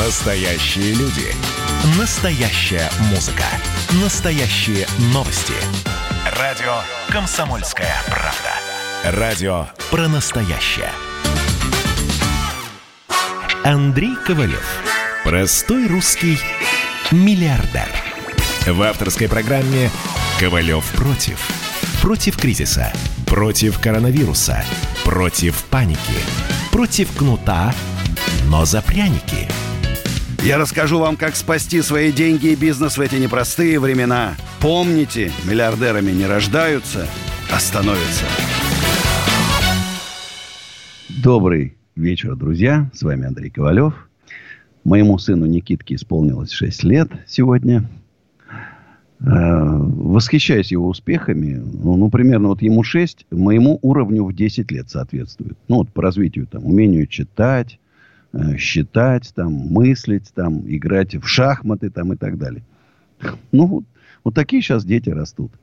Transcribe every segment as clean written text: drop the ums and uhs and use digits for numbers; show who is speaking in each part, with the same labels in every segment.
Speaker 1: Настоящие люди. Настоящая музыка. Настоящие новости. Радио «Комсомольская правда». Радио про настоящее. Андрей Ковалев. Простой русский миллиардер. В авторской программе «Ковалев против». Против кризиса. Против коронавируса. Против паники. Против кнута, но за пряники.
Speaker 2: Я расскажу вам, как спасти свои деньги и бизнес в эти непростые времена. Помните, миллиардерами не рождаются, а становятся. Добрый вечер, друзья. С вами Андрей Ковалев. Моему сыну Никитке исполнилось 6 лет сегодня. Восхищаюсь его успехами. Ну, примерно вот ему 6, моему уровню в 10 лет соответствует. Ну, вот по развитию, там, умению читать, считать, там, мыслить, там, играть в шахматы, там, и так далее. Ну, вот такие сейчас дети растут.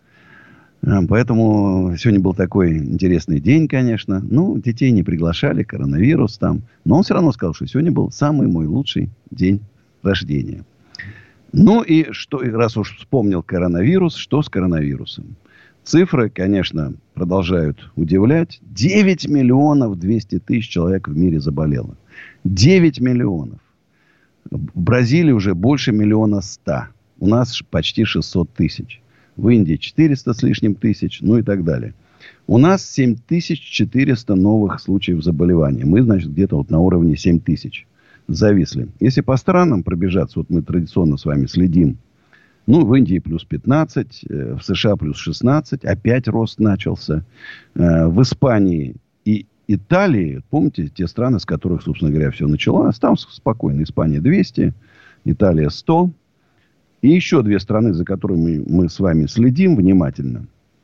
Speaker 2: Поэтому сегодня был такой интересный день, конечно. Ну, детей не приглашали, коронавирус там. Но он все равно сказал, что сегодня был самый мой лучший день рождения. Ну и что, раз уж вспомнил коронавирус, что с коронавирусом? Цифры, конечно, продолжают удивлять. 9 миллионов 200 тысяч человек в мире заболело. 9 миллионов. В Бразилии уже больше 1 100 000. У нас почти 600 тысяч. В Индии 400 с лишним тысяч. Ну и так далее. У нас 7400 новых случаев заболевания. Мы, значит, где-то вот на уровне 7000. Зависли. Если по странам пробежаться, вот мы традиционно с вами следим. Ну, в Индии плюс 15, в США плюс 16, опять рост начался. В Испании и Италии, помните, те страны, с которых, собственно говоря, все началось, там спокойно. Испания 200, Италия 100. И еще 2 страны, за которыми мы с вами следим внимательно.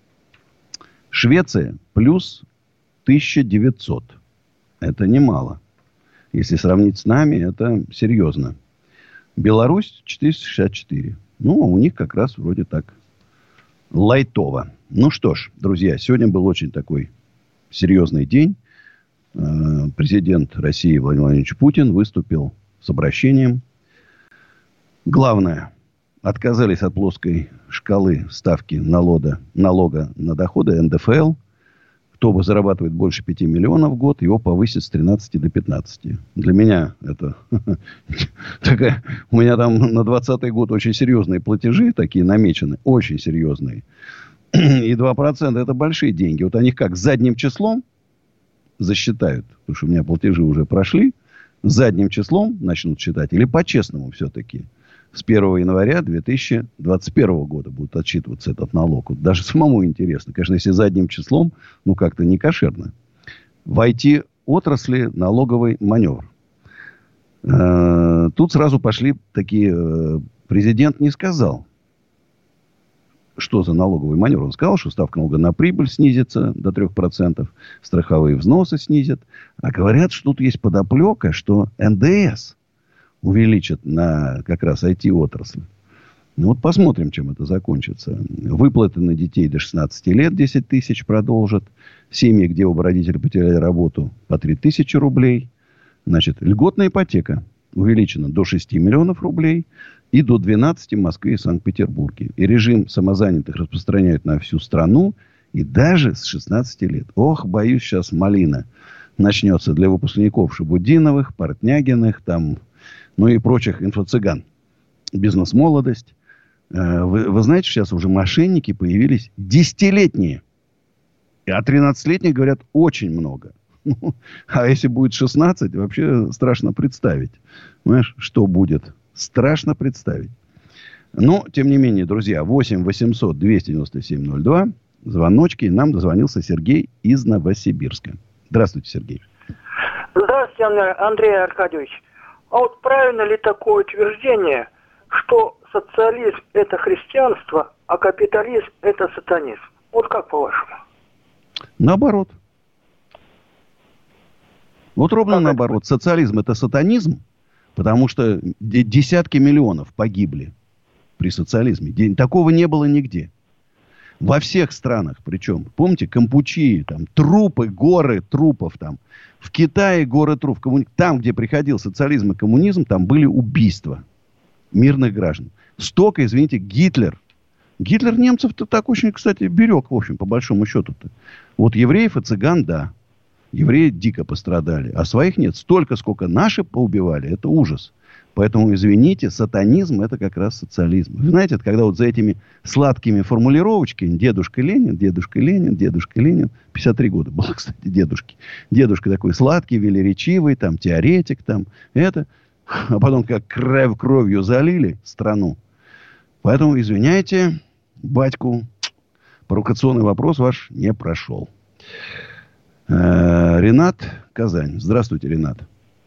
Speaker 2: Швеция плюс 1900. Это немало. Если сравнить с нами, это серьезно. Беларусь 464. Ну, у них как раз вроде так лайтово. Ну что ж, друзья, сегодня был очень такой серьезный день. Президент России Владимир Владимирович Путин выступил с обращением. Главное, отказались от плоской шкалы ставки налога на доходы НДФЛ. Кто зарабатывает больше 5 миллионов в год, его повысят с 13 до 15. Для меня это такая... У меня там на 2020 год очень серьезные платежи такие намечены. Очень серьезные. И 2% это большие деньги. Вот они как задним числом засчитают. Потому что у меня платежи уже прошли. Задним числом начнут считать. Или по-честному все-таки. С 1 января 2021 года будет отчитываться этот налог. Вот даже самому интересно. Конечно, если задним числом, ну, как-то не кошерно. В IT-отрасли налоговый маневр. Тут сразу пошли такие... Президент не сказал, что за налоговый маневр. Он сказал, что ставка налога на прибыль снизится до 3%. Страховые взносы снизят. А говорят, что тут есть подоплека, что НДС увеличат на как раз IT-отрасль. Ну, вот посмотрим, чем это закончится. Выплаты на детей до 16 лет 10 тысяч продолжат. Семьи, где оба родителя потеряли работу, по 3 тысячи рублей. Значит, льготная ипотека увеличена до 6 миллионов рублей. И до 12 в Москве и Санкт-Петербурге. И режим самозанятых распространяют на всю страну. И даже с 16 лет. Ох, боюсь, сейчас малина начнется для выпускников Шабудиновых, Портнягиных, там... Ну и прочих инфо-цыган. Бизнес-молодость. Вы знаете, сейчас уже мошенники появились 10-летние. А 13-летних, говорят, очень много. А если будет 16, вообще страшно представить. Понимаешь, что будет? Страшно представить. Но, тем не менее, друзья, 8 800 297 02. Звоночки. Нам дозвонился Сергей из Новосибирска. Здравствуйте, Сергей.
Speaker 3: Здравствуйте, Андрей Аркадьевич. А вот правильно ли такое утверждение, что социализм – это христианство, а капитализм – это сатанизм? Вот как по-вашему?
Speaker 2: Наоборот. Вот ровно наоборот. Социализм – это сатанизм, потому что десятки миллионов погибли при социализме. Такого не было нигде. Во всех странах, причем, помните, Кампучии, там, трупы, горы трупов, там, в Китае горы трупов, там, где приходил социализм и коммунизм, там были убийства мирных граждан. Столько, извините, Гитлер немцев-то так очень, кстати, берег, в общем, по большому счету-то. Вот евреев и цыган, да. Евреи дико пострадали, а своих нет. Столько, сколько наши поубивали, это ужас. Поэтому, извините, сатанизм – это как раз социализм. Вы знаете, это когда вот за этими сладкими формулировочками дедушка Ленин, 53 года было, кстати, дедушки. Дедушка такой сладкий, велеречивый, там, теоретик, там, это. А потом как кровью залили страну. Поэтому, извиняйте, батьку, провокационный вопрос ваш не прошел. Ренат, Казань. Здравствуйте, Ренат.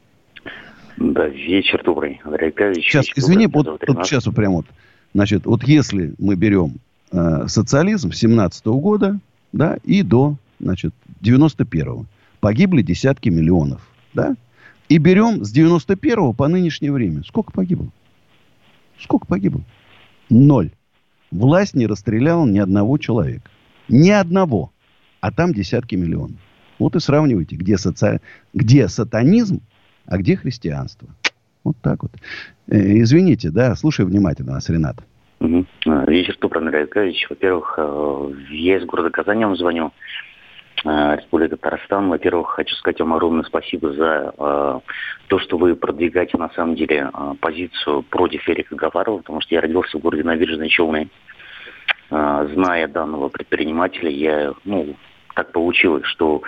Speaker 4: Да, вечер добрый, Андрей Аркадьевич.
Speaker 2: Сейчас, извини, вот сейчас вот прям вот. Значит, вот если мы берем социализм с 17-го года, да, и до, значит, 91-го, погибли десятки миллионов, да, и берем с 91-го по нынешнее время. Сколько погибло? Сколько погибло? 0. Власть не расстреляла ни одного человека. Ни одного. А там десятки миллионов. Вот и сравнивайте, где сатанизм, а где христианство. Вот так вот. Извините, да, слушай внимательно нас, Ренат.
Speaker 4: Вечер добрый, Андрей Аркадьевич. Во-первых, я из города Казани вам звоню. Республика Татарстан. Во-первых, хочу сказать вам огромное спасибо за то, что вы продвигаете, на самом деле, позицию против Эрика Гафарова, потому что я родился в городе Набережные Челны. Зная данного предпринимателя, я, так получилось, что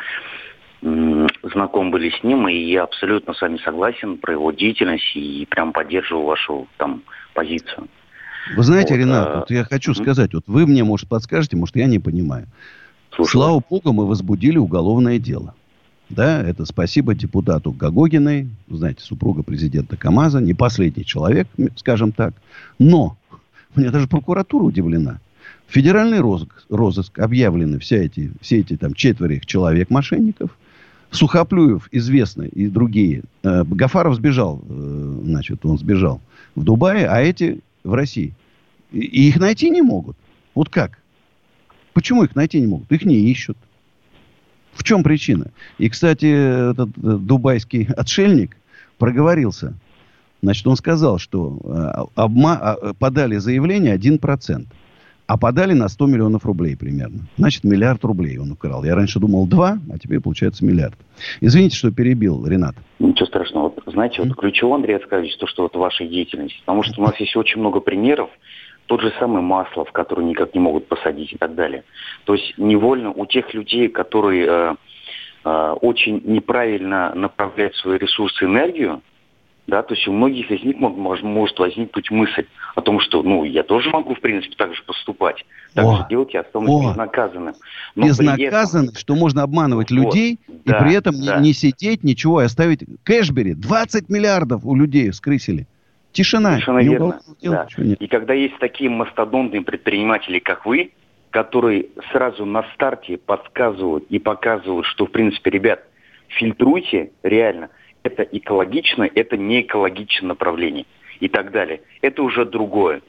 Speaker 4: знаком были с ним, и я абсолютно с вами согласен про его деятельность и прям поддерживаю вашу там позицию.
Speaker 2: Вы знаете, вот, Ренат, вот я хочу сказать, вот вы мне, может, подскажете, может, я не понимаю.
Speaker 4: Слушай.
Speaker 2: Слава богу, мы возбудили уголовное дело. Да, это спасибо депутату Гогогиной, знаете, супруга президента КамАЗа, не последний человек, скажем так. Но, мне даже прокуратура удивлена. Федеральный розыск объявлены все эти там 4 человек мошенников. Сухоплюев, известный, и другие. Гафаров сбежал, значит, он сбежал в Дубае, а эти в России. И их найти не могут. Вот как? Почему их найти не могут? Их не ищут. В чем причина? И, кстати, этот дубайский отшельник проговорился. Значит, он сказал, что подали заявление 1%. А подали на 100 миллионов рублей примерно. Значит, 1 миллиард рублей он украл. Я раньше думал 2, а теперь получается 1 миллиард. Извините, что перебил, Ренат.
Speaker 4: Ничего страшного. Вот, знаете, вот ключевое, Андрей Аркадьевич, то, что вот ваша деятельность. Потому что у нас есть очень много примеров. Тот же самый Маслов, который никак не могут посадить и так далее. То есть невольно у тех людей, которые очень неправильно направляют свои ресурсы и энергию, да, то есть у многих из них может возникнуть мысль о том, что, я тоже могу, в принципе, так же поступать. Так же делать, я останусь безнаказанным.
Speaker 2: Безнаказанным, что можно обманывать людей, и при этом не сидеть, ничего, и оставить Кэшбери. 20 миллиардов у людей скрысили. Тишина.
Speaker 4: Совершенно верно. Да. И когда есть такие мастодонтные предприниматели, как вы, которые сразу на старте подсказывают и показывают, что, в принципе, ребят, фильтруйте реально, это экологично, это не экологичное направление и так далее. Это уже другое.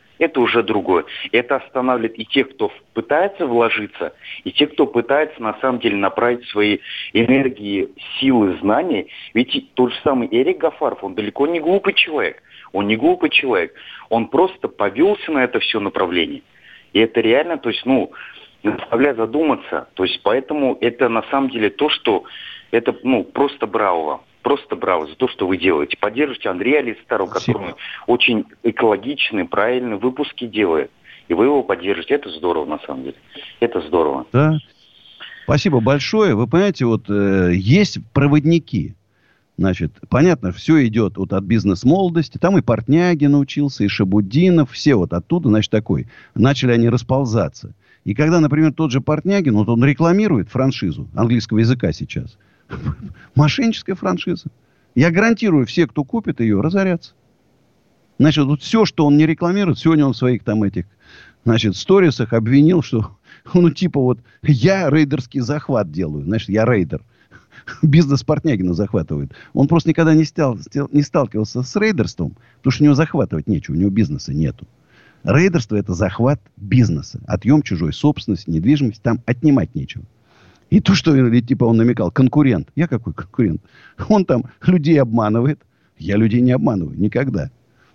Speaker 4: Это останавливает и тех, кто пытается вложиться, и тех, кто пытается на самом деле направить свои энергии, силы, знания. Ведь тот же самый Эрик Гафаров, он далеко не глупый человек. Он просто повелся на это все направление. И это реально, то есть, заставляет задуматься. То есть, поэтому это на самом деле то, что это, просто браво. Просто браво за то, что вы делаете. Поддержите Андрея Алистару, который очень экологичный, правильные выпуски делает. И вы его поддержите. Это здорово, на самом деле. Это здорово.
Speaker 2: Да. Спасибо большое. Вы понимаете, вот есть проводники. Значит, понятно, все идет вот от бизнес-молодости. Там и Портнягин учился, и Шабуддинов. Все вот оттуда, значит, начали они расползаться. И когда, например, тот же Портнягин, вот он рекламирует франшизу английского языка сейчас. Мошенническая франшиза. Я гарантирую, все, кто купит ее, разорятся. Значит, вот все, что он не рекламирует, сегодня он в своих там сторисах обвинил, что, я рейдерский захват делаю. Значит, я рейдер. Бизнес Портнягина захватывает. Он просто никогда не сталкивался с рейдерством, потому что у него захватывать нечего, у него бизнеса нету. Рейдерство – это захват бизнеса. Отъем чужой собственности, недвижимости. Там отнимать нечего. И то, что типа он намекал, конкурент. Я какой конкурент? Он там людей обманывает. Я людей не обманываю. Никогда.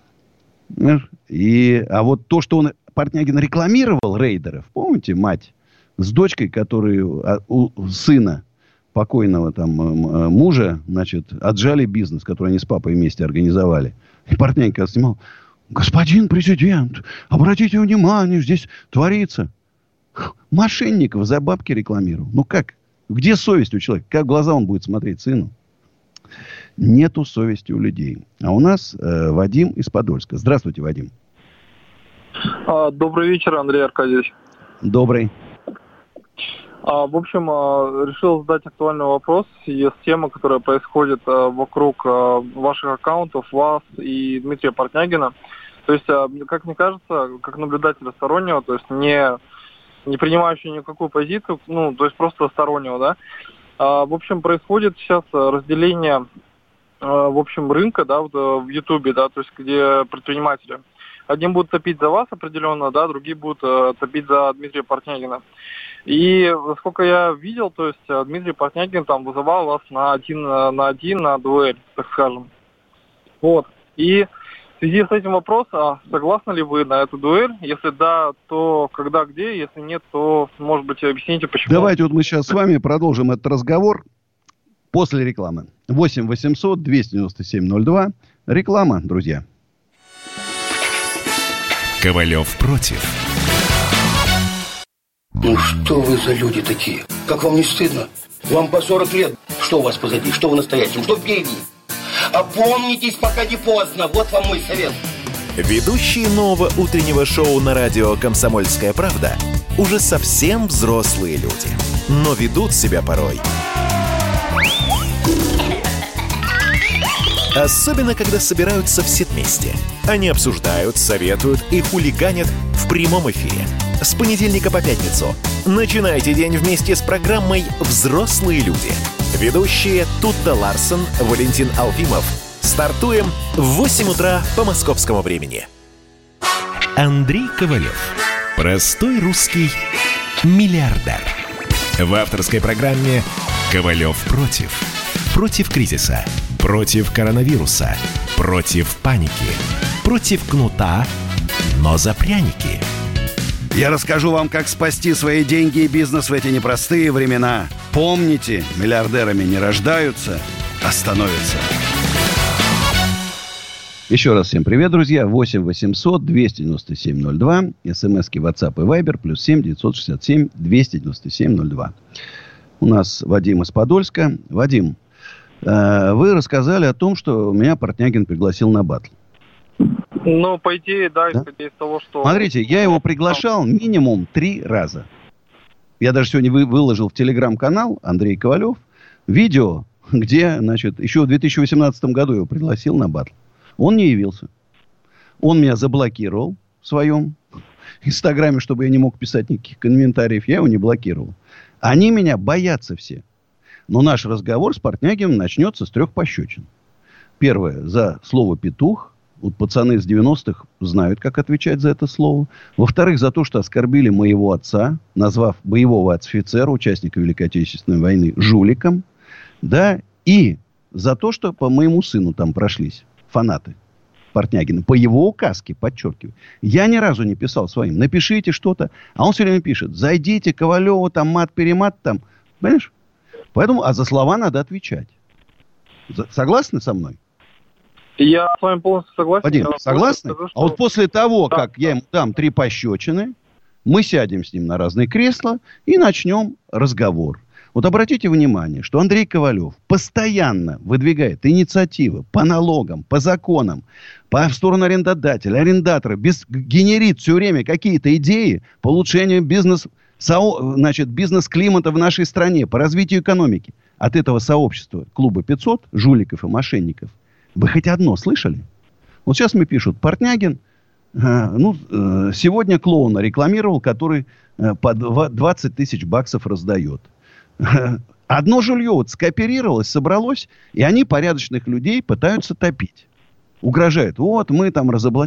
Speaker 2: А вот то, что Портнягин рекламировал рейдеров. Помните, мать с дочкой, которые у сына покойного там мужа, значит, отжали бизнес, который они с папой вместе организовали. И Портнягин когда снимал: господин президент, обратите внимание, здесь творится. Мошенников за бабки рекламировал. Ну как? Где совесть у человека? Как в глаза он будет смотреть сыну? Нету совести у людей. А у нас Вадим из Подольска. Здравствуйте, Вадим.
Speaker 5: Добрый вечер, Андрей Аркадьевич.
Speaker 2: Добрый.
Speaker 5: В общем, решил задать актуальный вопрос. Есть тема, которая происходит вокруг ваших аккаунтов, вас и Дмитрия Портнягина. То есть, как мне кажется, как наблюдателя стороннего, то есть не принимающего никакую позицию, то есть просто стороннего, да. В общем, происходит сейчас разделение, в общем, рынка, да, в Ютубе, да, то есть где предприниматели. Одни будут топить за вас определенно, да, другие будут топить за Дмитрия Портнягина. И, насколько я видел, то есть Дмитрий Портнягин там вызывал вас на один на дуэль, так скажем. Вот. И в связи с этим вопрос, согласны ли вы на эту дуэль? Если да, то когда, где? Если нет, то, может быть, объясните, почему.
Speaker 2: Давайте вот мы сейчас с вами продолжим этот разговор после рекламы. 8 800 297 02. Реклама, друзья.
Speaker 1: Ковалев против.
Speaker 6: Ну что вы за люди такие? Как вам не стыдно? Вам по 40 лет. Что у вас позади? Что в настоящем? Что впереди? Опомнитесь, пока не поздно. Вот вам мой совет.
Speaker 1: Ведущие нового утреннего шоу на радио «Комсомольская правда» уже совсем взрослые люди, но ведут себя порой. Особенно, когда собираются все вместе. Они обсуждают, советуют и хулиганят в прямом эфире. С понедельника по пятницу начинайте день вместе с программой «Взрослые люди». Ведущие Тутта Ларсон, Валентин Алфимов. Стартуем в 8 утра по московскому времени. Андрей Ковалев. Простой русский миллиардер. В авторской программе «Ковалев против». Против кризиса. Против коронавируса. Против паники. Против кнута, но за пряники.
Speaker 2: Я расскажу вам, как спасти свои деньги и бизнес в эти непростые времена. Помните, миллиардерами не рождаются, а становятся. Еще раз всем привет, друзья. 8 800 297 02. СМСки WhatsApp и Viber. +7 967 297 02. У нас Вадим из Подольска. Вадим, вы рассказали о том, что меня Портнягин пригласил на батл.
Speaker 5: Ну, по идее, да, исходя из того, что...
Speaker 2: Смотрите, я его приглашал минимум 3 раза. Я даже сегодня выложил в телеграм-канал Андрей Ковалев видео, где, значит, еще в 2018 году его пригласил на батл. Он не явился. Он меня заблокировал в своем инстаграме, чтобы я не мог писать никаких комментариев. Я его не блокировал. Они меня боятся все. Но наш разговор с Портнягиным начнется с 3 пощечин. Первое, за слово «петух». Вот пацаны с 90-х знают, как отвечать за это слово. Во-вторых, за то, что оскорбили моего отца, назвав боевого офицера, участника Великой Отечественной войны, жуликом. Да, и за то, что по моему сыну там прошлись фанаты Портнягина. По его указке, подчеркиваю. Я ни разу не писал своим. Напишите что-то. А он все время пишет. Зайдите, Ковалеву, там мат-перемат, там. Понимаешь? Поэтому, а за слова надо отвечать. Согласны со мной?
Speaker 5: Я с вами полностью согласен.
Speaker 2: Вадим, согласны? Скажу, что... А вот после того, да, как я ему дам 3 пощечины, мы сядем с ним на разные кресла и начнем разговор. Вот обратите внимание, что Андрей Ковалев постоянно выдвигает инициативы по налогам, по законам, в сторону арендодателя, арендатора, генерит все время какие-то идеи по улучшению бизнес-климата в нашей стране, по развитию экономики. От этого сообщества клуба 500 жуликов и мошенников вы хоть одно слышали? Вот сейчас мне пишут, Портнягин, сегодня клоуна рекламировал, который по 20 тысяч баксов раздает. Одно жулье вот скооперировалось, собралось, и они порядочных людей пытаются топить. Угрожают. Вот, мы там разоблачим.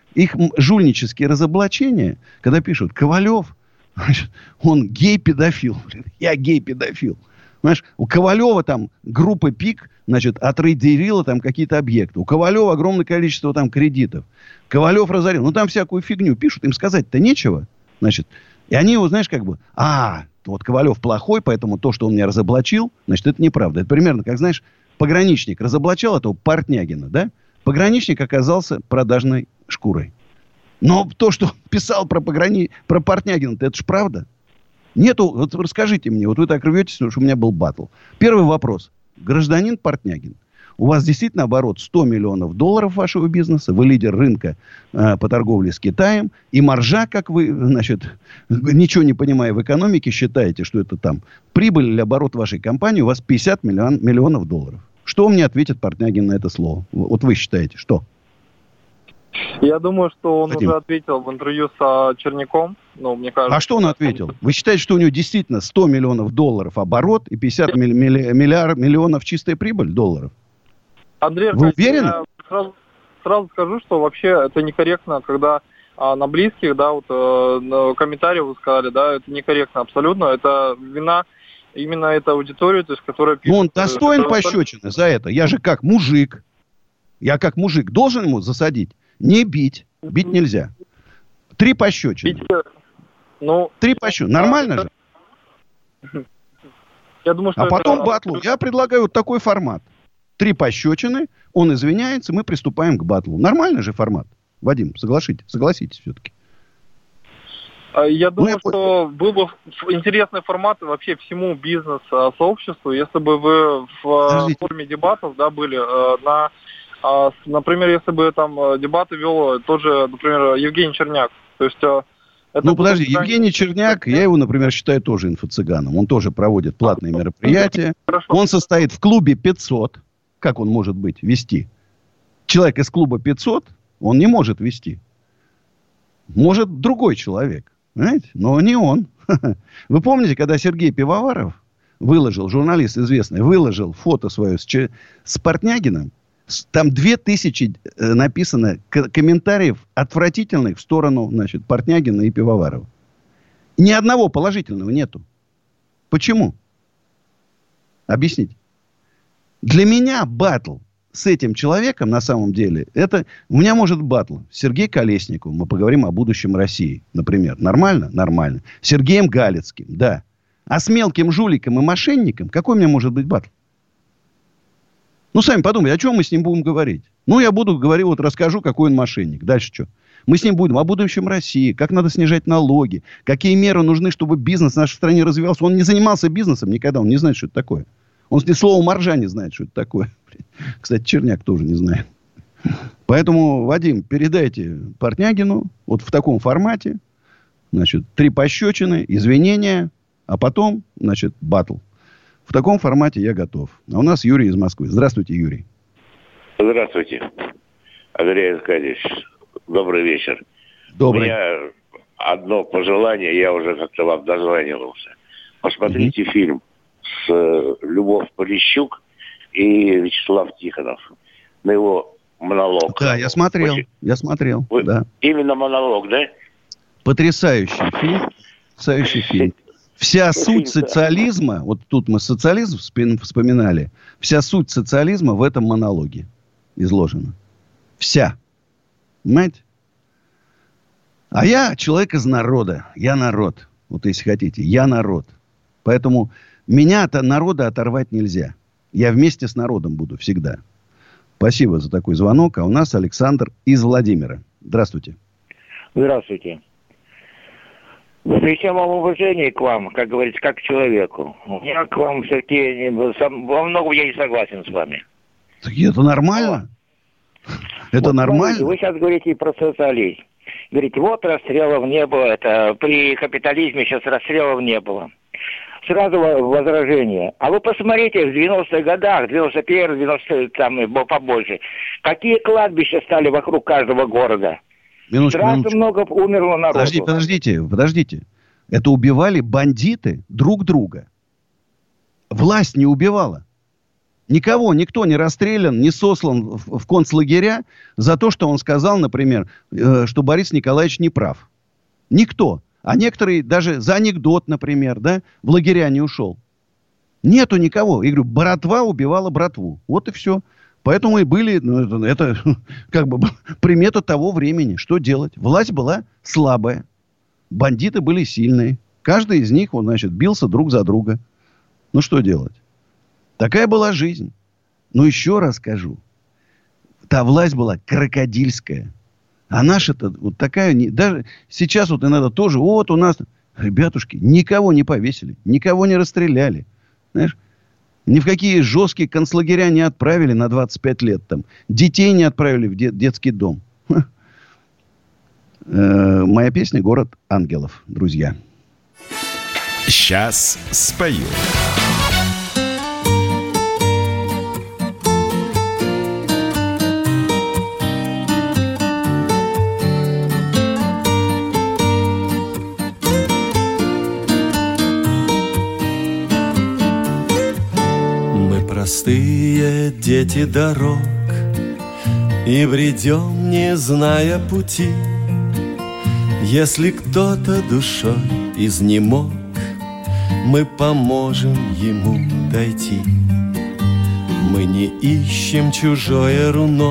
Speaker 2: их жульнические разоблачения, когда пишут, Ковалев, значит, он гей-педофил. Я гей-педофил. Понимаешь, у Ковалева там группа ПИК, значит, отрейдерила там какие-то объекты. У Ковалева огромное количество там кредитов. Ковалев разорил. Ну, там всякую фигню пишут. Им сказать-то нечего. Значит, и они его, знаешь, как бы, вот Ковалев плохой, поэтому то, что он меня разоблачил, значит, это неправда. Это примерно, как, знаешь, пограничник разоблачал этого Портнягина, да? Пограничник оказался продажной шкурой. Но то, что писал про Портнягина, это ж правда. Нету, вот расскажите мне, вот вы так рветесь, что у меня был баттл. Первый вопрос. Гражданин Портнягин, у вас действительно оборот $100 миллионов вашего бизнеса, вы лидер рынка по торговле с Китаем, и маржа, как вы, значит, ничего не понимая в экономике, считаете, что это там прибыль или оборот вашей компании, у вас $50 миллионов. Что мне ответит Портнягин на это слово? Вот вы считаете, что?
Speaker 5: Я думаю, что он уже ответил в интервью с Черняком. Ну, мне кажется,
Speaker 2: а что он ответил? Вы считаете, что у него действительно $100 миллионов оборот и 50 миллионов чистая прибыль долларов?
Speaker 5: Андрей
Speaker 2: Вы
Speaker 5: Аркадьевич,
Speaker 2: уверены?
Speaker 5: Я сразу скажу, что вообще это некорректно, когда на близких, да, вот комментарии вы сказали, да, это некорректно абсолютно. Это вина именно этой аудитории, то есть, которая пишет...
Speaker 2: Ну, он достоин пощечины за это. Я же как мужик. Я как мужик должен ему засадить? Не бить. Бить нельзя. 3 пощечины. 3 пощечины. Нормально же?
Speaker 5: Я думаю, что
Speaker 2: потом батлу. Я предлагаю вот такой формат. 3 пощечины, он извиняется, мы приступаем к батлу. Нормальный же формат. Вадим, согласитесь все-таки.
Speaker 5: Я думаю, что был бы интересный формат вообще всему бизнес-сообществу, если бы вы в форме дебатов, да, были например, если бы там дебаты вел тот же, например, Евгений Черняк. То есть,
Speaker 2: подожди, Евгений Черняк, я его, например, считаю тоже инфо-цыганом. Он тоже проводит платные мероприятия. Хорошо. Он состоит в клубе 500. Как он может вести? Человек из клуба 500, он не может вести. Может другой человек. Понимаете? Но не он. Вы помните, когда Сергей Пивоваров журналист известный, выложил фото свое с Портнягиным, там 2000 написано комментариев отвратительных в сторону, значит, Портнягина и Пивоварова. Ни одного положительного нету. Почему? Объясните. Для меня баттл с этим человеком, на самом деле, у меня может баттл с Сергеем Колесниковым. Мы поговорим о будущем России, например. Нормально? Нормально. С Сергеем Галицким, да. А с мелким жуликом и мошенником какой у меня может быть баттл? Ну, сами подумайте, о чем мы с ним будем говорить? Ну, я буду говорить, вот расскажу, какой он мошенник. Дальше что? Мы с ним будем о будущем России, как надо снижать налоги, какие меры нужны, чтобы бизнес в нашей стране развивался. Он не занимался бизнесом никогда, он не знает, что это такое. Он ни слова маржа не знает, что это такое. Кстати, Черняк тоже не знает. Поэтому, Вадим, передайте Портнягину вот в таком формате. Значит, 3 пощечины, извинения, а потом, значит, баттл. В таком формате я готов. А у нас Юрий из Москвы. Здравствуйте, Юрий.
Speaker 7: Здравствуйте, Андрей Аркадьевич. Добрый вечер.
Speaker 2: Добрый.
Speaker 7: У меня одно пожелание, я уже как-то вам дозванивался. Посмотрите фильм с Любовь Полищук и Вячеслав Тихонов. На его монолог.
Speaker 2: Да, я смотрел. Да.
Speaker 7: Именно монолог, да?
Speaker 2: Потрясающий фильм. Потрясающий фильм. Вся суть социализма, вот тут мы социализм вспоминали, вся суть социализма в этом монологе изложена. Вся. Понимаете? А я человек из народа. Я народ. Вот если хотите. Я народ. Поэтому меня от народа оторвать нельзя. Я вместе с народом буду всегда. Спасибо за такой звонок. А у нас Александр из Владимира. Здравствуйте.
Speaker 8: Здравствуйте. При всем уважении к вам, как говорится, как к человеку. Я к вам все-таки во многом я не согласен с вами.
Speaker 2: Так это нормально? Это нормально?
Speaker 8: Вы сейчас говорите про социализм. Говорите, вот расстрелов не было. Это при капитализме сейчас расстрелов не было. Сразу возражение. А вы посмотрите, в 90-х годах, 91-й, 90-й, там побольше, какие кладбища стали вокруг каждого города. Сразу много умерло народу.
Speaker 2: Подождите. Это убивали бандиты друг друга. Власть не убивала. Никто не расстрелян, не сослан в концлагеря за то, что он сказал, например, что Борис Николаевич не прав. Никто. А некоторые даже за анекдот, например, да, в лагеря не ушел. Нету никого. Я говорю, братва убивала братву. Вот и все. Поэтому и были, это как бы примета того времени. Что делать? Власть была слабая. Бандиты были сильные. Каждый из них, бился друг за друга. Ну, что делать? Такая была жизнь. Но еще раз скажу. Та власть была крокодильская. А наша-то вот такая... Даже сейчас вот иногда тоже... Вот у нас... Ребятушки, никого не повесили. Никого не расстреляли. Знаешь? Ни в какие жесткие концлагеря не отправили на 25 лет. Там. Детей не отправили в детский дом. Моя песня «Город ангелов», друзья.
Speaker 1: Сейчас спою.
Speaker 9: Простые дети дорог, и бредем, не зная пути. Если кто-то душой изнемог, мы поможем ему дойти. Мы не ищем чужое руно,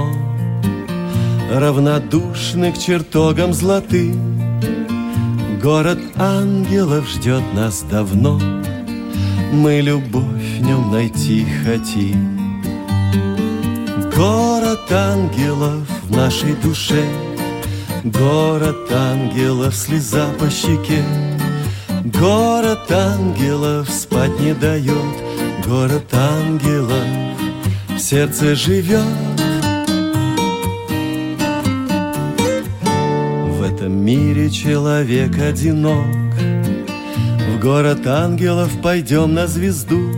Speaker 9: равнодушны к чертогам золотым. Город ангелов ждет нас давно, мы любовь в нем найти хотим. Город ангелов в нашей душе, город ангелов, слеза по щеке. Город ангелов спать не дает, город ангелов в сердце живет. В этом мире человек одинок, в город ангелов пойдем на звезду.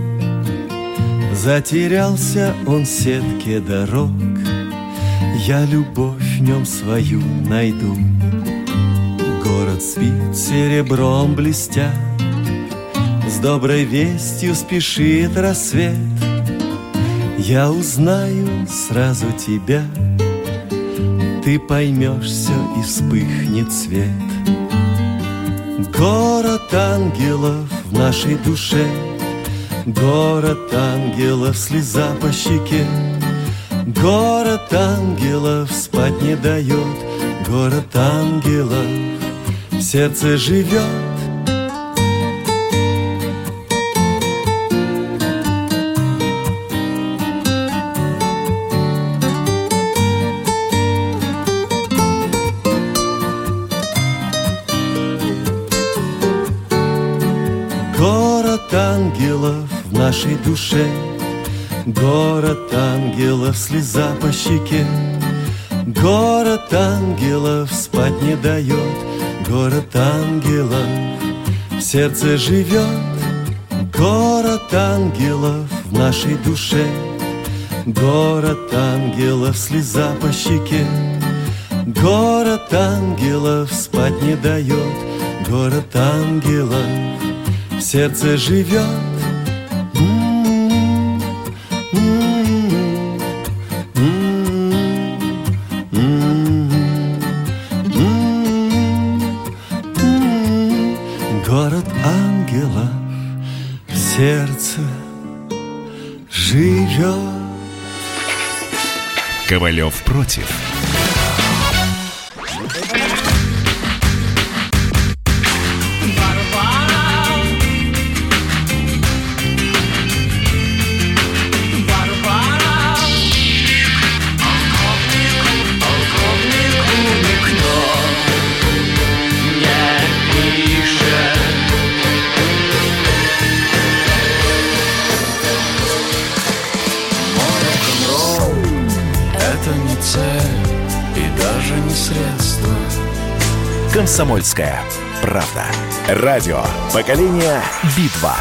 Speaker 9: Затерялся он в сетке дорог, я любовь в нем свою найду. Город спит серебром блестя, с доброй вестью спешит рассвет. Я узнаю сразу тебя, ты поймешь все и вспыхнет свет. Город ангелов в нашей душе, город ангелов, слеза по щеке. Город ангелов спать не дает, город ангелов в сердце живет. Город ангелов в нашей душе, город ангелов, слеза по щеке. Город ангелов спать не дает, город ангелов в сердце живет. Город ангелов в нашей душе, город ангелов, слеза по щеке. Город ангелов спать не дает, город ангелов в сердце живет. Город ангелов в сердце живет.
Speaker 1: Ковалев против. «Комсомольская правда». Радио поколения «Битва».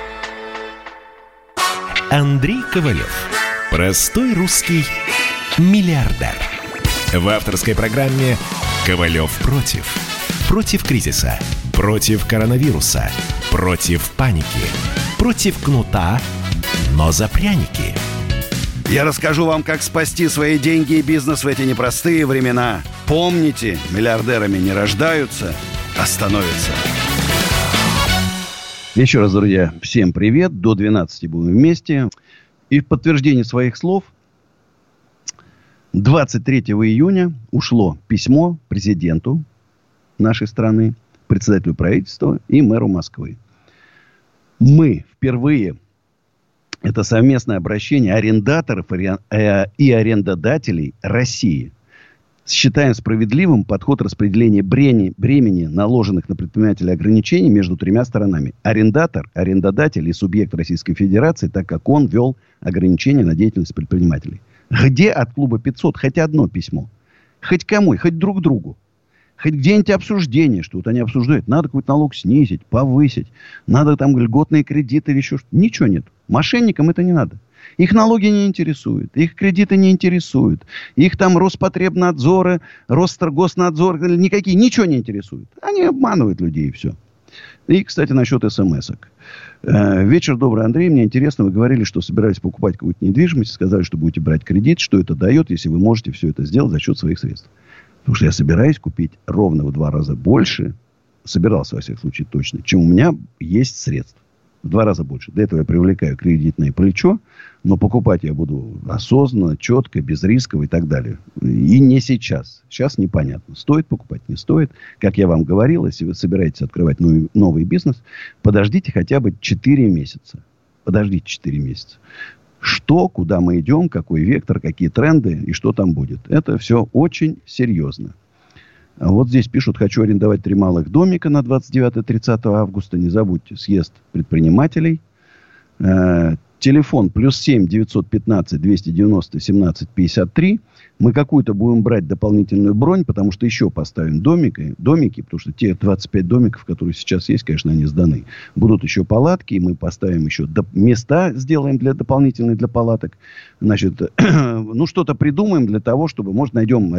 Speaker 1: Андрей Ковалев. Простой русский миллиардер. В авторской программе «Ковалев против». Против кризиса, против коронавируса, против паники, против кнута, но за пряники.
Speaker 2: Я расскажу вам, как спасти свои деньги и бизнес в эти непростые времена. Помните, миллиардерами не рождаются, а становятся. Еще раз, друзья, всем привет. До 12 будем вместе. И в подтверждение своих слов 23 июня ушло письмо президенту нашей страны, председателю правительства и мэру Москвы. Мы впервые... Это совместное обращение арендаторов и арендодателей России. Считаем справедливым подход распределения бремени, наложенных на предпринимателя ограничений между тремя сторонами. Арендатор, арендодатель и субъект Российской Федерации, так как он ввел ограничения на деятельность предпринимателей. Где от клуба 500 хоть одно письмо? Хоть кому, хоть друг другу. Хоть где-нибудь обсуждение, что вот они обсуждают. Надо какой-то налог снизить, повысить. Надо там льготные кредиты или еще что-то. Ничего нет. Мошенникам это не надо. Их налоги не интересуют. Их кредиты не интересуют. Их там Роспотребнадзоры, Росгоснадзор, никакие. Ничего не интересует. Они обманывают людей и все. И, кстати, насчет смс-ок. Вечер добрый, Андрей. Мне интересно, вы говорили, что собирались покупать какую-то недвижимость. Сказали, что будете брать кредит. Что это дает, если вы можете все это сделать за счет своих средств? Потому что я собираюсь купить ровно в 2 раза больше, собирался, во всяком случае, точно, чем у меня есть средств. В 2 раза больше. Для этого я привлекаю кредитное плечо, но покупать я буду осознанно, четко, безрисково и так далее. И не сейчас. Сейчас непонятно, стоит покупать, не стоит. Как я вам говорил, если вы собираетесь открывать новый бизнес, подождите хотя бы 4 месяца. Подождите 4 месяца. Что, куда мы идем, какой вектор, какие тренды и что там будет. Это все очень серьезно. А вот здесь пишут, хочу арендовать 3 малых домика на 29-30 августа. Не забудьте, съезд предпринимателей. Телефон +7 915 290 17 53. Мы какую-то будем брать дополнительную бронь, потому что еще поставим домики, потому что те 25 домиков, которые сейчас есть, конечно, они сданы. Будут еще палатки, и мы поставим еще места, сделаем дополнительные для палаток. Значит, что-то придумаем для того, чтобы, может, найдем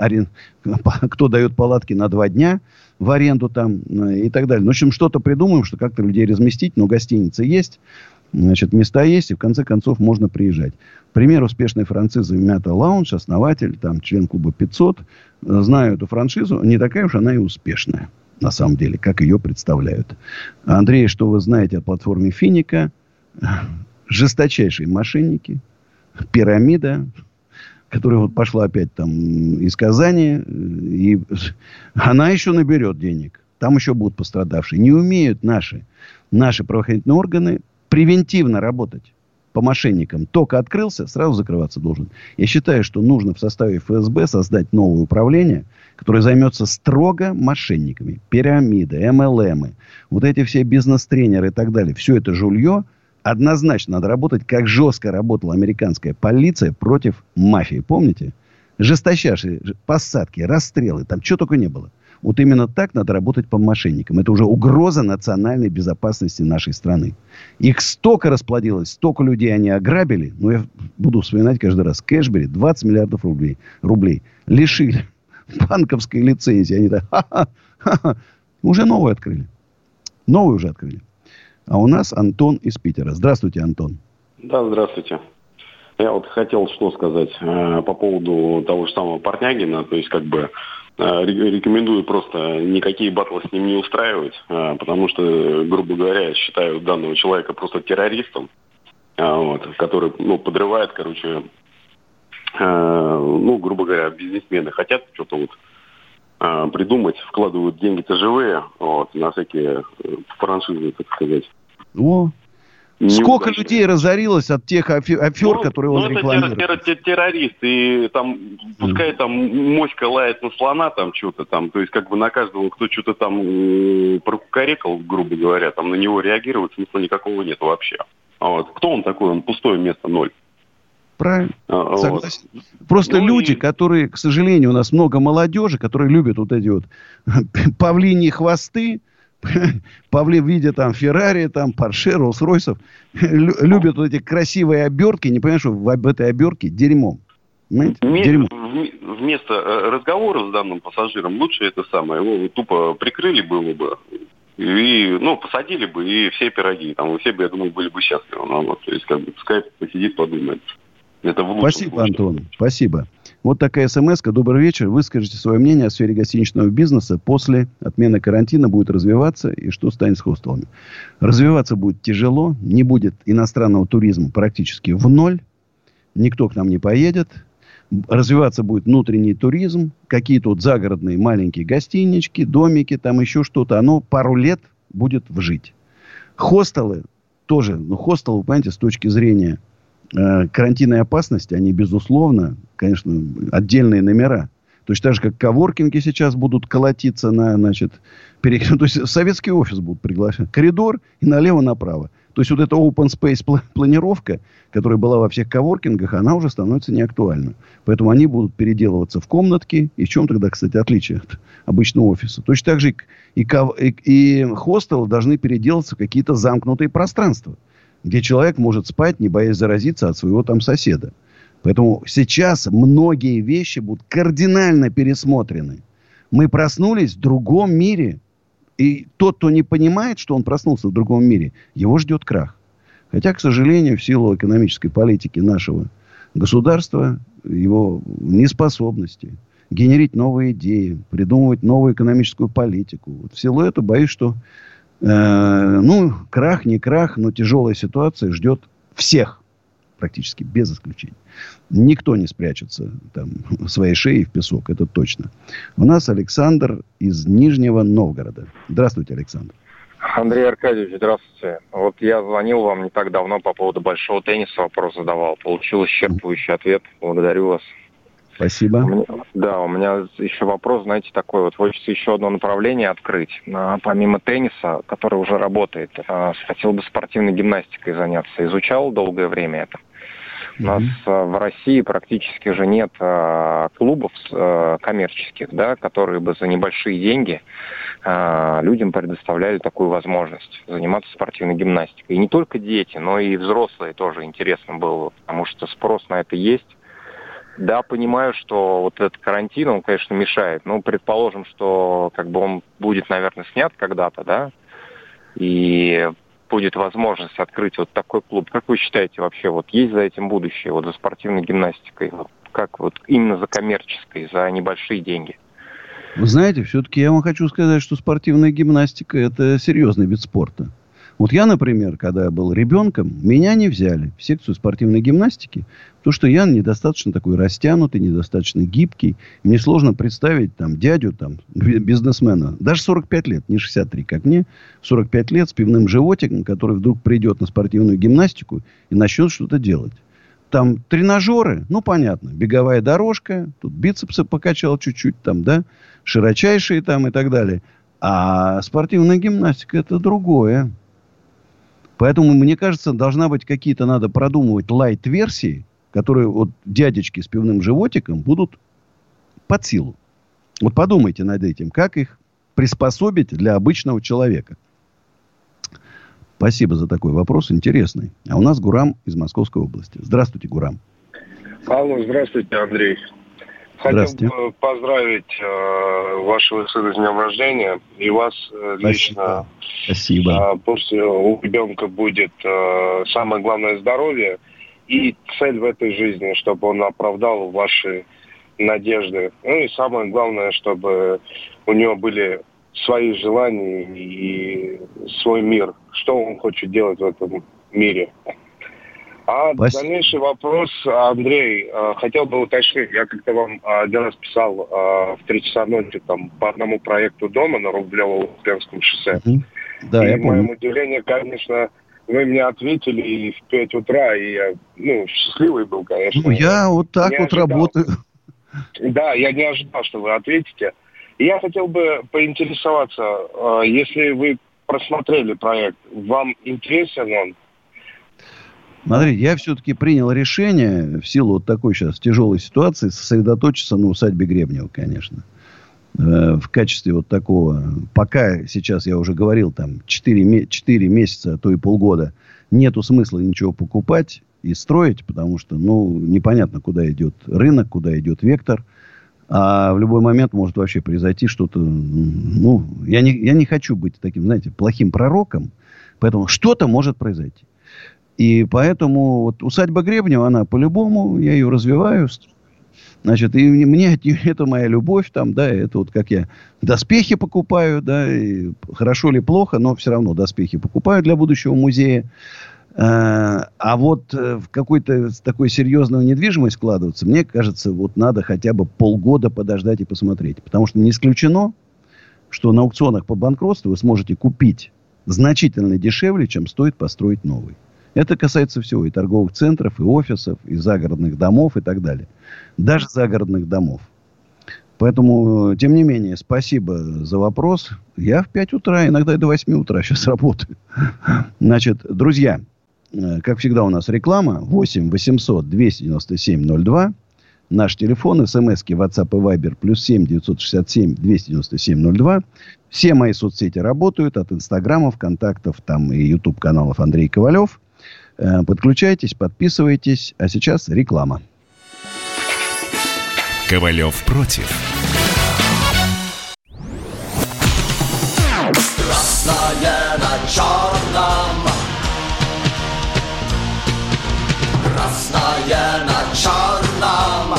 Speaker 2: кто дает палатки на 2 дня в аренду там и так далее. В общем, что-то придумаем, что как-то людей разместить, но гостиницы есть. Значит, места есть, и в конце концов можно приезжать. Пример успешной франшизы Мята Лаунж, основатель, там, член клуба 500. Знаю эту франшизу, не такая уж она и успешная, на самом деле, как ее представляют. Андрей, что вы знаете о платформе Финика? Жесточайшие мошенники, пирамида, которая вот пошла опять там из Казани, и она еще наберет денег. Там еще будут пострадавшие. Не умеют наши правоохранительные органы превентивно работать по мошенникам. Только открылся, сразу закрываться должен. Я считаю, что нужно в составе ФСБ создать новое управление, которое займется строго мошенниками. Пирамиды, МЛМы, вот эти все бизнес-тренеры и так далее. Все это жулье однозначно надо работать, как жестко работала американская полиция против мафии. Помните? Жесточайшие посадки, расстрелы, там чего только не было. Вот именно так надо работать по мошенникам. Это уже угроза национальной безопасности нашей страны. Их столько расплодилось, столько людей они ограбили. Но я буду вспоминать каждый раз. Кэшбери 20 миллиардов рублей. Лишили банковской лицензии. Они так, ха-ха. Уже новую открыли. Новую уже открыли. А у нас Антон из Питера. Здравствуйте, Антон.
Speaker 10: Да, здравствуйте. Я вот хотел что сказать по поводу того же самого Портнягина. То есть, рекомендую просто никакие батлы с ним не устраивать, потому что, грубо говоря, я считаю данного человека просто террористом, который, подрывает, грубо говоря, бизнесмены хотят что-то придумать, вкладывают деньги-то живые, на всякие франшизы, так сказать.
Speaker 2: Сколько людей разорилось от тех афер, которые он рекламирует?
Speaker 10: Это террорист, и там, пускай там моська лает на слона, там что-то там, то есть на каждого, кто что-то там прокукарекал, грубо говоря, там на него реагировать смысла никакого нет вообще. Кто он такой? Он пустое место, 0.
Speaker 2: Правильно. Согласен. Просто люди, которые, к сожалению, у нас много молодежи, которые любят вот эти вот павлиньи хвосты, в виде там Феррари, там Порше, Роллс-Ройсов, любят вот эти красивые обертки, не понимаешь, что в этой обертке дерьмом.
Speaker 10: Вместо разговора с данным пассажиром лучше это самое, его тупо прикрыли было бы, и, посадили бы, и все пироги, там, все бы, я думаю, были бы счастливы. То есть, пускай посидит, подумает. Это в лучшем
Speaker 2: Спасибо,
Speaker 10: случае.
Speaker 2: Антон. Спасибо. Вот такая смс-ка. Добрый вечер. Выскажите свое мнение о сфере гостиничного бизнеса. После отмены карантина будет развиваться. И что станет с хостелами? Развиваться будет тяжело. Не будет иностранного туризма практически в ноль. Никто к нам не поедет. Развиваться будет внутренний туризм. Какие-то вот загородные маленькие гостинички, домики, там еще что-то. Оно пару лет будет вжить. Хостелы тоже. Ну, хостелы, вы понимаете, с точки зрения карантинной опасности, они, безусловно, конечно, отдельные номера. Точно так же, как коворкинги сейчас будут колотиться на, значит, то есть советский офис будут приглашать. Коридор и налево-направо. То есть вот эта open space планировка, которая была во всех коворкингах, она уже становится неактуальна. Поэтому они будут переделываться в комнатки. И в чем тогда, кстати, отличие от обычного офиса? Точно так же и хостелы должны переделаться в какие-то замкнутые пространства, где человек может спать, не боясь заразиться от своего там соседа. Поэтому сейчас многие вещи будут кардинально пересмотрены. Мы проснулись в другом мире. И тот, кто не понимает, что он проснулся в другом мире, его ждет крах. Хотя, к сожалению, в силу экономической политики нашего государства, его неспособности генерить новые идеи, придумывать новую экономическую политику. Вот в силу этого боюсь, что крах, не крах, но тяжелая ситуация ждет всех. Практически без исключения. Никто не спрячется там своей шеей в песок. Это точно. У нас Александр из Нижнего Новгорода. Здравствуйте, Александр.
Speaker 11: Андрей Аркадьевич, здравствуйте. Вот я звонил вам не так давно по поводу большого тенниса, вопрос задавал. Получил исчерпывающий ответ. Благодарю вас.
Speaker 2: Спасибо.
Speaker 11: У меня еще вопрос, знаете, такой. Вот хочется еще одно направление открыть. Помимо тенниса, который уже работает, хотел бы спортивной гимнастикой заняться. Изучал долгое время это. У нас в России практически же нет клубов коммерческих, да, которые бы за небольшие деньги людям предоставляли такую возможность заниматься спортивной гимнастикой. И не только дети, но и взрослые тоже интересно было, потому что спрос на это есть. Да, понимаю, что вот этот карантин, он, конечно, мешает. Ну, предположим, что как бы он будет, наверное, снят когда-то, да, и будет возможность открыть вот такой клуб. Как вы считаете вообще, вот есть за этим будущее, вот за спортивной гимнастикой, вот, как вот именно за коммерческой, за небольшие деньги?
Speaker 2: Вы знаете, все-таки я вам хочу сказать, что спортивная гимнастика – это серьезный вид спорта. Вот я, например, когда я был ребенком, меня не взяли в секцию спортивной гимнастики, потому что я недостаточно такой растянутый, недостаточно гибкий. Мне сложно представить там дядю, там, бизнесмена, даже 45 лет, не 63, как мне, 45 лет с пивным животиком, который вдруг придет на спортивную гимнастику и начнет что-то делать. Там тренажеры, ну, понятно, беговая дорожка, тут бицепсы покачал чуть-чуть, там, да, широчайшие там и так далее. А спортивная гимнастика – это другое. Поэтому, мне кажется, должна быть какие-то, надо продумывать лайт-версии, которые вот дядечки с пивным животиком будут под силу. Вот подумайте над этим, как их приспособить для обычного человека. Спасибо за такой вопрос, интересный. А у нас Гурам из Московской области. Здравствуйте, Гурам.
Speaker 12: Алло, здравствуйте, Андрей. Хотел бы поздравить вашего сына с днем рождения и вас лично.
Speaker 2: Спасибо.
Speaker 12: Пусть у ребенка будет самое главное здоровье и цель в этой жизни, чтобы он оправдал ваши надежды. Ну и самое главное, чтобы у него были свои желания и свой мир. Что он хочет делать в этом мире. А дальнейший вопрос, Андрей, хотел бы уточнить. Я как-то вам один раз писал в 3 часа ночи там, по одному проекту дома на Рублево-Успенском шоссе.
Speaker 2: Да,
Speaker 12: и
Speaker 2: я
Speaker 12: к моему
Speaker 2: помню.
Speaker 12: удивлению, конечно, вы мне ответили и в 5 утра, и я счастливый был, конечно.
Speaker 2: Ну, я вот так
Speaker 12: не
Speaker 2: вот
Speaker 12: ожидал.
Speaker 2: работаю.
Speaker 12: Да, я не ожидал, что вы ответите. И я хотел бы поинтересоваться, если вы просмотрели проект, вам интересен он?
Speaker 2: Смотрите, я все-таки принял решение в силу вот такой сейчас тяжелой ситуации сосредоточиться на усадьбе Гребнева, конечно. В качестве вот такого, пока сейчас я уже говорил, там 4 месяца, а то и полгода, нету смысла ничего покупать и строить, потому что, непонятно, куда идет рынок, куда идет вектор. А в любой момент может вообще произойти что-то. Я не хочу быть таким, знаете, плохим пророком. Поэтому что-то может произойти. И поэтому вот усадьба Гребнева, она по-любому, я ее развиваю. Значит, и мне это моя любовь, там, да, это вот как я доспехи покупаю, да, и хорошо или плохо, но все равно доспехи покупаю для будущего музея. А вот в какой-то такой серьезную недвижимость вкладываться, мне кажется, вот надо хотя бы полгода подождать и посмотреть. Потому что не исключено, что на аукционах по банкротству вы сможете купить значительно дешевле, чем стоит построить новый. Это касается всего, и торговых центров, и офисов, и загородных домов, и так далее. Даже загородных домов. Поэтому, тем не менее, спасибо за вопрос. Я в 5 утра, иногда и до 8 утра сейчас работаю. Значит, друзья, как всегда у нас реклама. 8 800 297 02. Наш телефон, смски, WhatsApp и Viber, +7 967 297 02. Все мои соцсети работают, от Инстаграмов, контактов, там и YouTube-каналов Андрей Ковалев. Подключайтесь, подписывайтесь. А сейчас реклама.
Speaker 1: Ковалев против.
Speaker 13: Красное на черном. Красное на черном.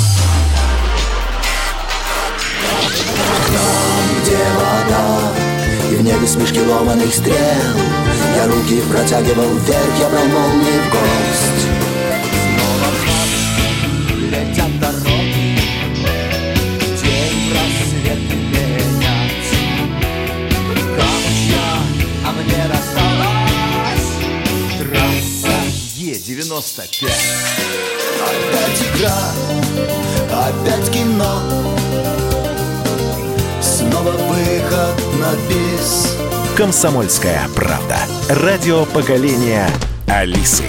Speaker 13: Там, где вода, и в небе смешки ломаных стрел, я руки протягивал вверх, я брал молнии в гость. Снова в ночь летят дороги, день просвет менять. Камушья, а мне досталась трасса Е-95. Опять игра, опять кино, снова выход на бис.
Speaker 1: «Комсомольская правда». Радио поколения Алисы.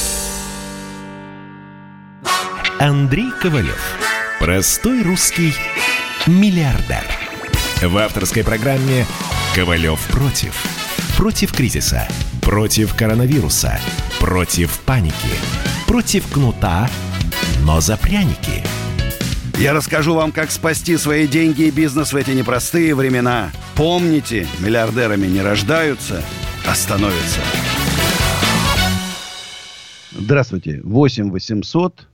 Speaker 1: Андрей Ковалев. Простой русский миллиардер. В авторской программе «Ковалев против». Против кризиса. Против коронавируса. Против паники. Против кнута, но за пряники.
Speaker 2: Я расскажу вам, как спасти свои деньги и бизнес в эти непростые времена. Помните, миллиардерами не рождаются, а становятся. Здравствуйте. 8 800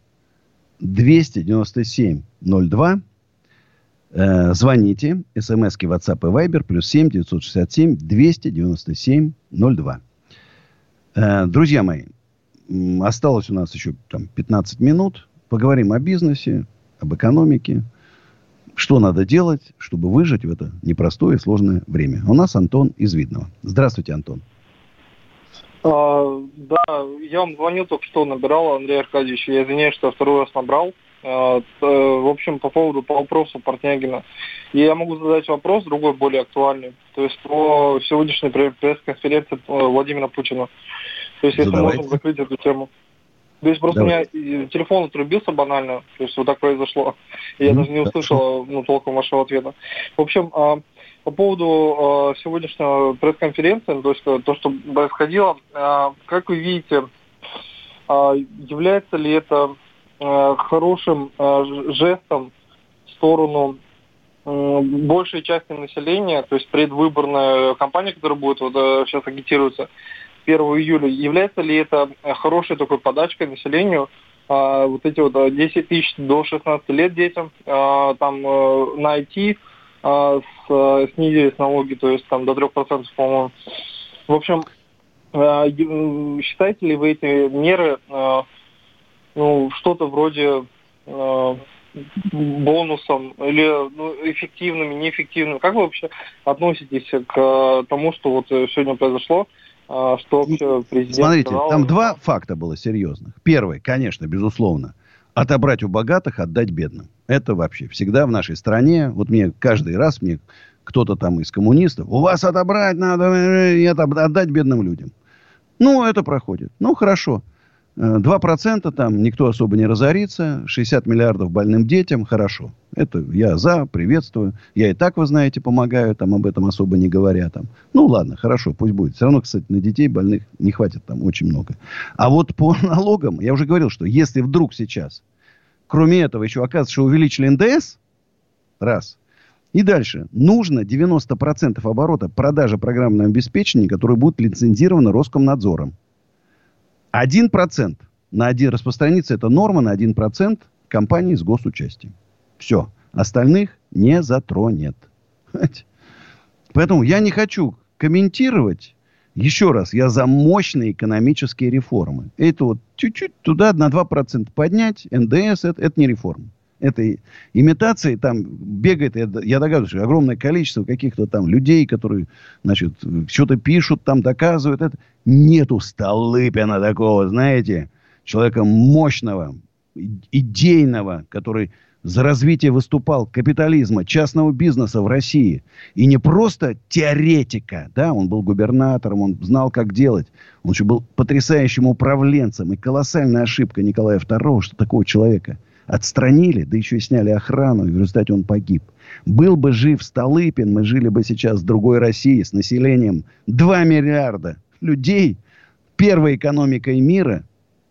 Speaker 2: 297 02. Звоните. СМСки, WhatsApp и Viber. +7 967 297 02. Друзья мои, осталось у нас еще 15 минут. Поговорим о бизнесе, об экономике. Что надо делать, чтобы выжить в это непростое и сложное время. У нас Антон из Видного. Здравствуйте, Антон.
Speaker 5: Да, я вам звонил только что, набирал, Андрей Аркадьевич. Я извиняюсь, что я второй раз набрал. В общем, по вопросу Портнягина. Я могу задать вопрос, другой, более актуальный. То есть по сегодняшней пресс-конференции Владимира Путина. То есть, если можем закрыть эту тему. То есть просто у меня телефон отрубился банально. То есть вот так произошло. И я даже не услышал толком вашего ответа. В общем, по поводу сегодняшнего пресс-конференции, то есть то, что происходило, как вы видите, является ли это хорошим жестом в сторону большей части населения, то есть предвыборная кампания, которая будет сейчас агитируется 1 июля, является ли это хорошей такой подачкой населению, вот эти 10 тысяч до 16 лет детям, там на IT снизились налоги, то есть там до 3%, по-моему. В общем, считаете ли вы эти меры что-то вроде бонусом или эффективными, неэффективными? Как вы вообще относитесь к тому, что вот сегодня произошло? Что вообще президент
Speaker 2: Смотрите,
Speaker 5: сказал?
Speaker 2: там два факта было серьезных. Первый, конечно, безусловно, отобрать у богатых, отдать бедным. Это вообще всегда в нашей стране. Вот мне каждый раз кто-то там из коммунистов: у вас отобрать надо, и это отдать бедным людям. Это проходит. Хорошо. 2% там никто особо не разорится. 60 миллиардов больным детям. Хорошо. Это я за, приветствую. Я и так, вы знаете, помогаю. Там об этом особо не говоря. Там. Ладно, хорошо, пусть будет. Все равно, кстати, на детей больных не хватит там очень много. А вот по налогам, я уже говорил, что если вдруг сейчас, кроме этого, еще оказывается, что увеличили НДС, раз. И дальше. Нужно 90% оборота продажи программного обеспечения, которое будет лицензировано Роскомнадзором. 1% распространится эта норма на 1% компаний с госучастием. Все. Остальных не затронет. Поэтому я не хочу комментировать. Еще раз, я за мощные экономические реформы. Это вот чуть-чуть туда на 2% поднять, НДС, это не реформа. Это имитации, там бегает, я догадываюсь, что огромное количество каких-то там людей, которые, значит, что-то пишут, там доказывают. Это. Нету Столыпина такого, знаете, человека мощного, идейного, который за развитие выступал капитализма, частного бизнеса в России. И не просто теоретика, да, он был губернатором, он знал, как делать. Он еще был потрясающим управленцем. И колоссальная ошибка Николая II, что такого человека отстранили, да еще и сняли охрану, и в результате он погиб. Был бы жив Столыпин, мы жили бы сейчас в другой России с населением 2 миллиарда людей, первой экономикой мира.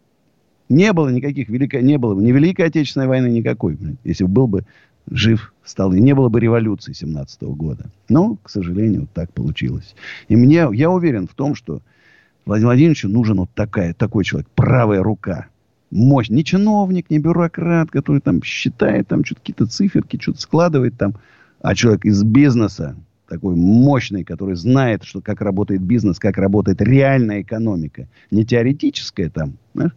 Speaker 2: Не было никаких не было бы ни Великой Отечественной войны никакой, если был бы жив Столыпин. Не было бы революции 17 года. Но, к сожалению, вот так получилось. И я уверен в том, что Владимиру Владимировичу нужен вот такой человек, правая рука. Мощь. Не чиновник, не бюрократ, который там считает, там что-то какие-то циферки, что-то складывает там. А человек из бизнеса, такой мощный, который знает, что, как работает бизнес, как работает реальная экономика. Не теоретическая там,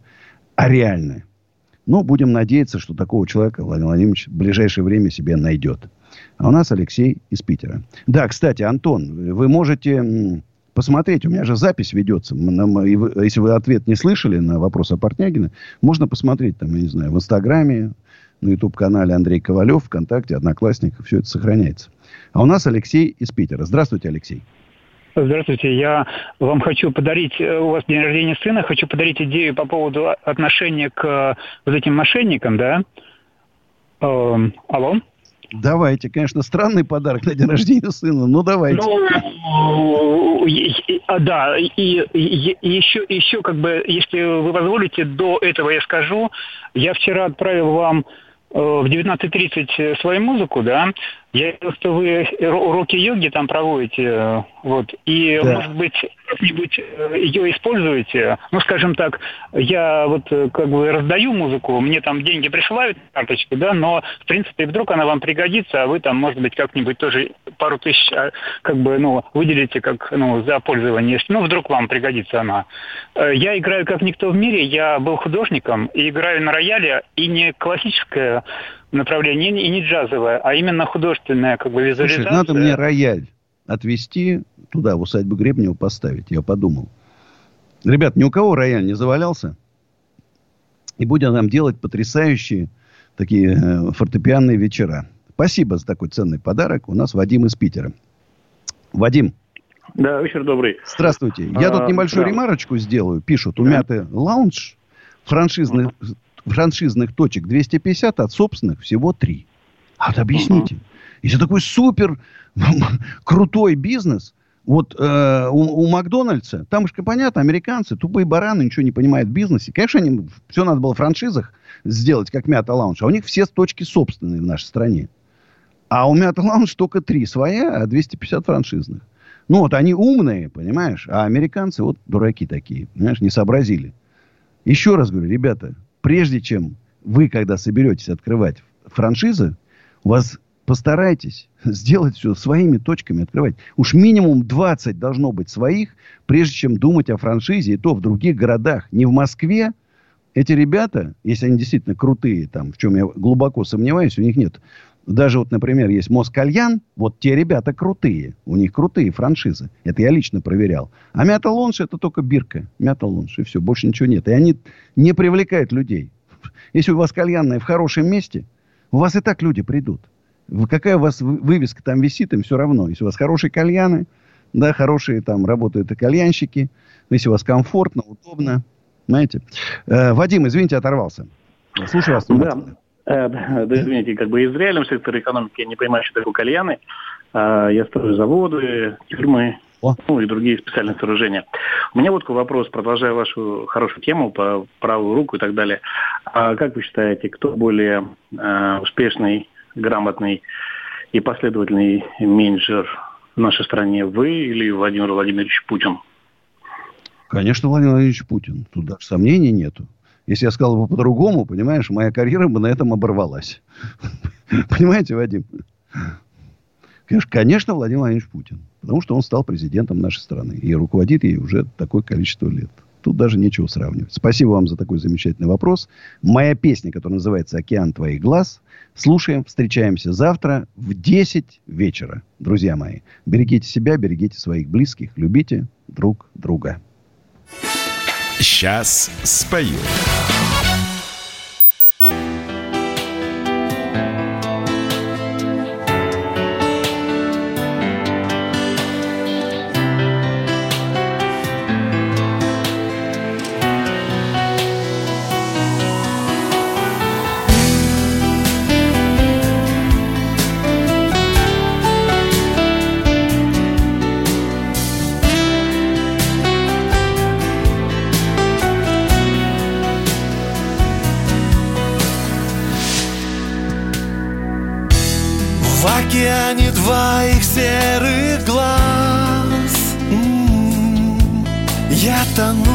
Speaker 2: а реальная. Но будем надеяться, что такого человека Владимир Владимирович в ближайшее время себе найдет. А у нас Алексей из Питера. Да, кстати, Антон, вы можете посмотреть, у меня же запись ведется. Если вы ответ не слышали на вопрос о Портнягине, можно посмотреть там, я не знаю, в Инстаграме, на YouTube-канале Андрей Ковалев, ВКонтакте, Одноклассниках. Все это сохраняется. А у нас Алексей из Питера. Здравствуйте, Алексей.
Speaker 14: Здравствуйте. Я вам хочу подарить, у вас день рождения сына, хочу подарить идею по поводу отношения к вот этим мошенникам, да? Алло?
Speaker 2: Давайте, конечно, странный подарок на день рождения сына, но давайте.
Speaker 14: Да, и еще как бы, если вы позволите, до этого я скажу, я вчера отправил вам в 19:30 свою музыку, да, я видел, что вы уроки йоги там проводите, вот, и, да, может быть, как-нибудь ее используете, ну, скажем так, я вот как бы раздаю музыку, мне там деньги присылают, карточки, да, но, в принципе, вдруг она вам пригодится, а вы там, может быть, как-нибудь тоже пару тысяч, как бы, ну, выделите как, ну, за пользование, ну, вдруг вам пригодится она. Я играю как никто в мире, я был художником, и играю на рояле, и не классическое направление, и не джазовое, а именно художественная, как бы, визуализация.
Speaker 2: Слушай, надо мне рояль отвезти туда, в усадьбу Гребнева поставить. Я подумал. Ребят, ни у кого рояль не завалялся. И будем нам делать потрясающие такие фортепианные вечера. Спасибо за такой ценный подарок. У нас Вадим из Питера. Вадим.
Speaker 15: Да, вечер добрый.
Speaker 2: Здравствуйте. Я тут небольшую ремарочку сделаю. Пишут, у Мяты лаунж франшизных точек 250, от собственных всего 3. А вот объясните. Если такой супер крутой бизнес, вот у Макдональдса, там же понятно, американцы, тупые бараны, ничего не понимают в бизнесе. Конечно, все надо было в франшизах сделать, как Мята Лаунж. А у них все точки собственные в нашей стране. А у Мята Лаунж только 3 своя, а 250 франшизных. Ну вот они умные, понимаешь? А американцы вот дураки такие, понимаешь, не сообразили. Еще раз говорю, ребята, прежде чем вы, когда соберетесь открывать франшизы, у вас постарайтесь сделать все своими точками открывать. Уж минимум 20 должно быть своих, прежде чем думать о франшизе, и то в других городах. Не в Москве. Эти ребята, если они действительно крутые, там, в чем я глубоко сомневаюсь, у них нет. Даже вот, например, есть Москальян, вот те ребята крутые. У них крутые франшизы. Это я лично проверял. А Мята Лаунж это только бирка. Мята Лаунж, и все. Больше ничего нет. И они не привлекают людей. Если у вас кальянная в хорошем месте, у вас и так люди придут. Какая у вас вывеска там висит, им все равно. Если у вас хорошие кальяны, да, хорошие там работают и кальянщики, если у вас комфортно, удобно, знаете. Вадим, извините, оторвался. Слушаю вас.
Speaker 15: Да, извините, как бы из реального сектора экономики я не понимаю, что такое кальяны. Я строю заводы, тюрьмы, ну и другие специальные сооружения. У меня вот такой вопрос, продолжая вашу хорошую тему по правую руку и так далее. А как вы считаете, кто более успешный, грамотный и последовательный менеджер в нашей стране, вы или Владимир Владимирович Путин?
Speaker 2: Конечно, Владимир Владимирович Путин. Тут даже сомнений нету. Если я сказал бы по-другому, понимаешь, моя карьера бы на этом оборвалась. Понимаете, Вадим? Конечно, Владимир Владимирович Путин. Потому что он стал президентом нашей страны. И руководит ей уже такое количество лет. Тут даже нечего сравнивать. Спасибо вам за такой замечательный вопрос. Моя песня, которая называется «Океан твоих глаз». Слушаем, встречаемся завтра в 10 вечера. Друзья мои, берегите себя, берегите своих близких, любите друг друга.
Speaker 1: Сейчас спою.
Speaker 9: В океане твоих серых глаз я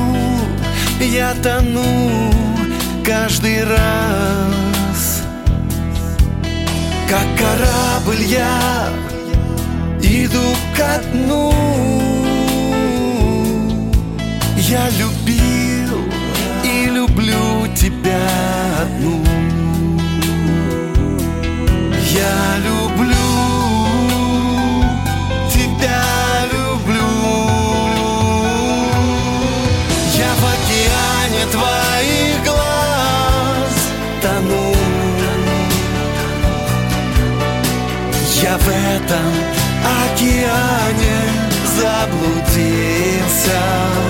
Speaker 9: тону каждый раз. Как корабль я иду ко дну. Я любил и люблю тебя одну. Я люблю, тебя люблю. Я в океане твоих глаз тону. Я в этом океане заблудился.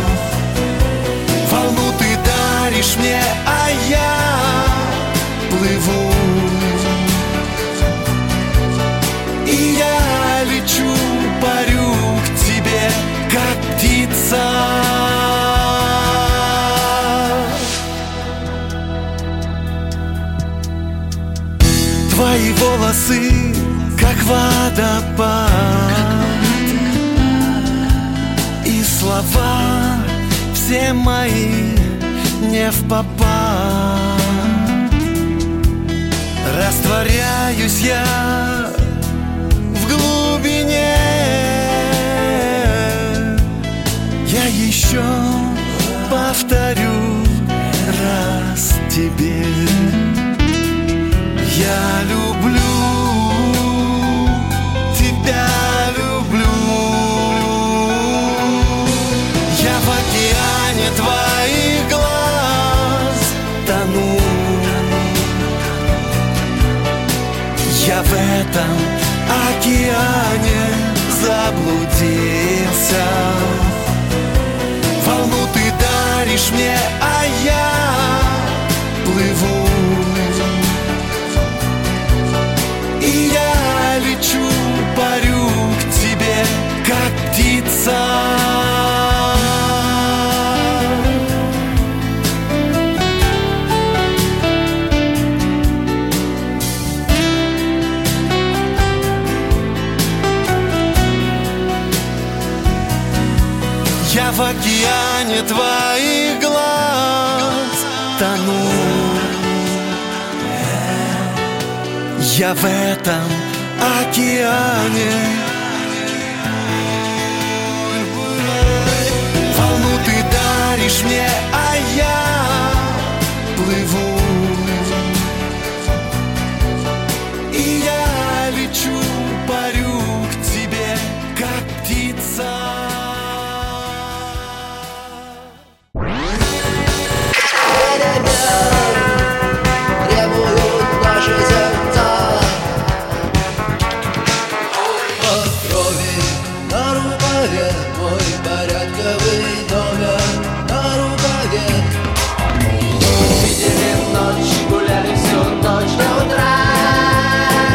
Speaker 9: Волну ты даришь мне, а я плыву. И я лечу, парю к тебе, как птица. Твои волосы, как водопад, и слова все мои не впопад. Растворяюсь я в глубине. Я еще повторю раз тебе. Я люблю, тебя люблю. Я в океане твоих глаз тону. Я в этом океане заблудился. Волну ты даришь мне, а я плыву. И я лечу, парю к тебе, как птица. Я в океане твоих глаз тону. Я в этом океане. Волну ты даришь мне, а я плыву. И я лечу, парю к тебе, как птица.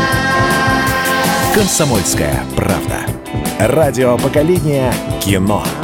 Speaker 1: «Комсомольская правда». Радио поколения кино.